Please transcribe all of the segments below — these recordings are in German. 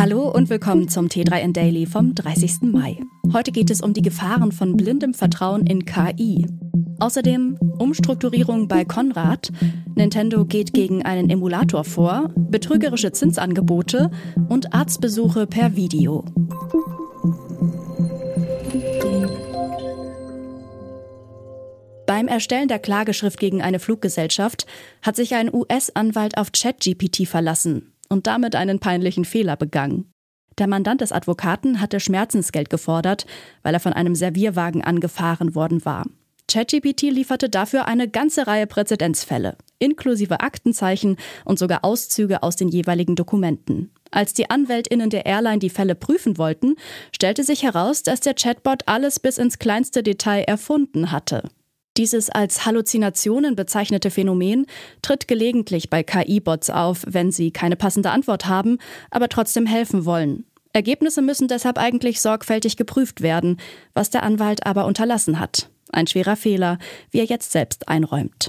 Hallo und willkommen zum T3N Daily vom 30. Mai. Heute geht es um die Gefahren von blindem Vertrauen in KI. Außerdem Umstrukturierung bei Conrad, Nintendo geht gegen einen Emulator vor, betrügerische Zinsangebote und Arztbesuche per Video. Beim Erstellen der Klageschrift gegen eine Fluggesellschaft hat sich ein US-Anwalt auf ChatGPT verlassen und damit einen peinlichen Fehler begangen. Der Mandant des Advokaten hatte Schmerzensgeld gefordert, weil er von einem Servierwagen angefahren worden war. ChatGPT lieferte dafür eine ganze Reihe Präzedenzfälle, inklusive Aktenzeichen und sogar Auszüge aus den jeweiligen Dokumenten. Als die AnwältInnen der Airline die Fälle prüfen wollten, stellte sich heraus, dass der Chatbot alles bis ins kleinste Detail erfunden hatte. Dieses als Halluzinationen bezeichnete Phänomen tritt gelegentlich bei KI-Bots auf, wenn sie keine passende Antwort haben, aber trotzdem helfen wollen. Ergebnisse müssen deshalb eigentlich sorgfältig geprüft werden, was der Anwalt aber unterlassen hat. Ein schwerer Fehler, wie er jetzt selbst einräumt.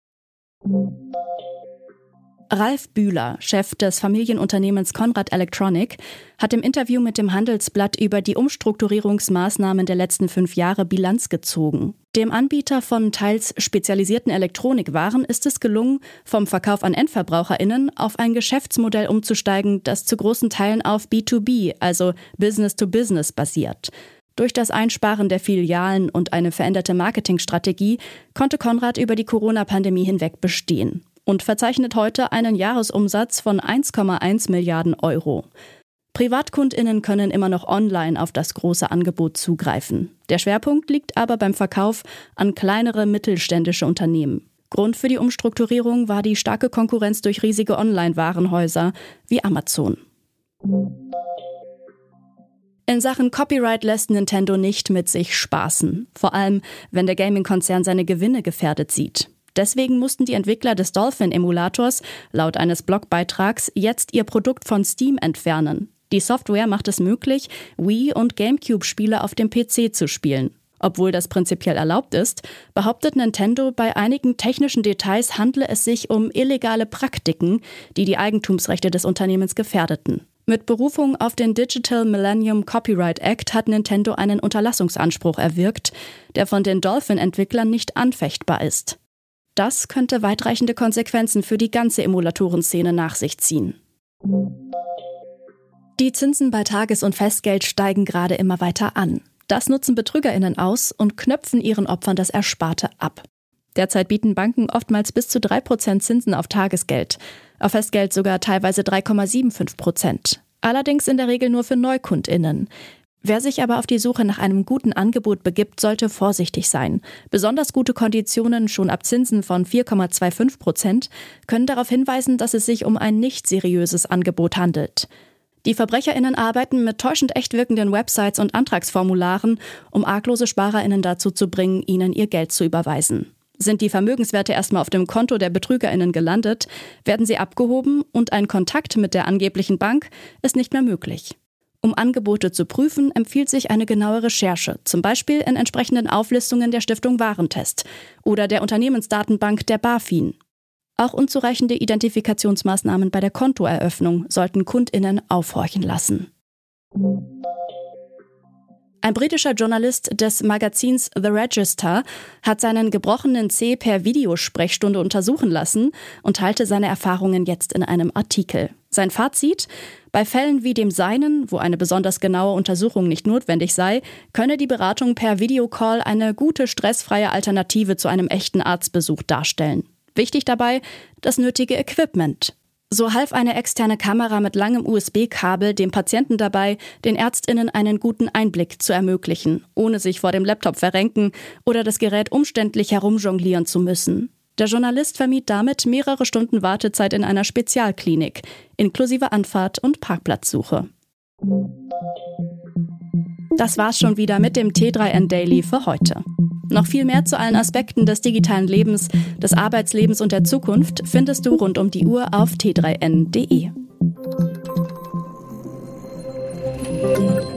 Ralf Bühler, Chef des Familienunternehmens Conrad Electronic, hat im Interview mit dem Handelsblatt über die Umstrukturierungsmaßnahmen der letzten 5 Jahre Bilanz gezogen. Dem Anbieter von teils spezialisierten Elektronikwaren ist es gelungen, vom Verkauf an EndverbraucherInnen auf ein Geschäftsmodell umzusteigen, das zu großen Teilen auf B2B, also Business to Business, basiert. Durch das Einsparen der Filialen und eine veränderte Marketingstrategie konnte Conrad über die Corona-Pandemie hinweg bestehen und verzeichnet heute einen Jahresumsatz von 1,1 Milliarden Euro. PrivatkundInnen können immer noch online auf das große Angebot zugreifen. Der Schwerpunkt liegt aber beim Verkauf an kleinere mittelständische Unternehmen. Grund für die Umstrukturierung war die starke Konkurrenz durch riesige Online-Warenhäuser wie Amazon. In Sachen Copyright lässt Nintendo nicht mit sich spaßen. Vor allem, wenn der Gaming-Konzern seine Gewinne gefährdet sieht. Deswegen mussten die Entwickler des Dolphin-Emulators laut eines Blogbeitrags jetzt ihr Produkt von Steam entfernen. Die Software macht es möglich, Wii- und Gamecube-Spiele auf dem PC zu spielen. Obwohl das prinzipiell erlaubt ist, behauptet Nintendo, bei einigen technischen Details handle es sich um illegale Praktiken, die die Eigentumsrechte des Unternehmens gefährdeten. Mit Berufung auf den Digital Millennium Copyright Act hat Nintendo einen Unterlassungsanspruch erwirkt, der von den Dolphin-Entwicklern nicht anfechtbar ist. Das könnte weitreichende Konsequenzen für die ganze Emulatorenszene nach sich ziehen. Die Zinsen bei Tages- und Festgeld steigen gerade immer weiter an. Das nutzen BetrügerInnen aus und knöpfen ihren Opfern das Ersparte ab. Derzeit bieten Banken oftmals bis zu 3% Zinsen auf Tagesgeld, auf Festgeld sogar teilweise 3,75%. Allerdings in der Regel nur für NeukundInnen. Wer sich aber auf die Suche nach einem guten Angebot begibt, sollte vorsichtig sein. Besonders gute Konditionen, schon ab Zinsen von 4,25%, können darauf hinweisen, dass es sich um ein nicht seriöses Angebot handelt. Die VerbrecherInnen arbeiten mit täuschend echt wirkenden Websites und Antragsformularen, um arglose SparerInnen dazu zu bringen, ihnen ihr Geld zu überweisen. Sind die Vermögenswerte erstmal auf dem Konto der BetrügerInnen gelandet, werden sie abgehoben und ein Kontakt mit der angeblichen Bank ist nicht mehr möglich. Um Angebote zu prüfen, empfiehlt sich eine genaue Recherche, zum Beispiel in entsprechenden Auflistungen der Stiftung Warentest oder der Unternehmensdatenbank der BaFin. Auch unzureichende Identifikationsmaßnahmen bei der Kontoeröffnung sollten KundInnen aufhorchen lassen. Ein britischer Journalist des Magazins The Register hat seinen gebrochenen Zeh per Videosprechstunde untersuchen lassen und teilte seine Erfahrungen jetzt in einem Artikel. Sein Fazit: Bei Fällen wie dem seinen, wo eine besonders genaue Untersuchung nicht notwendig sei, könne die Beratung per Videocall eine gute, stressfreie Alternative zu einem echten Arztbesuch darstellen. Wichtig dabei: das nötige Equipment. So half eine externe Kamera mit langem USB-Kabel dem Patienten dabei, den ÄrztInnen einen guten Einblick zu ermöglichen, ohne sich vor dem Laptop verrenken oder das Gerät umständlich herumjonglieren zu müssen. Der Journalist vermied damit mehrere Stunden Wartezeit in einer Spezialklinik, inklusive Anfahrt und Parkplatzsuche. Das war's schon wieder mit dem T3N Daily für heute. Noch viel mehr zu allen Aspekten des digitalen Lebens, des Arbeitslebens und der Zukunft findest du rund um die Uhr auf t3n.de.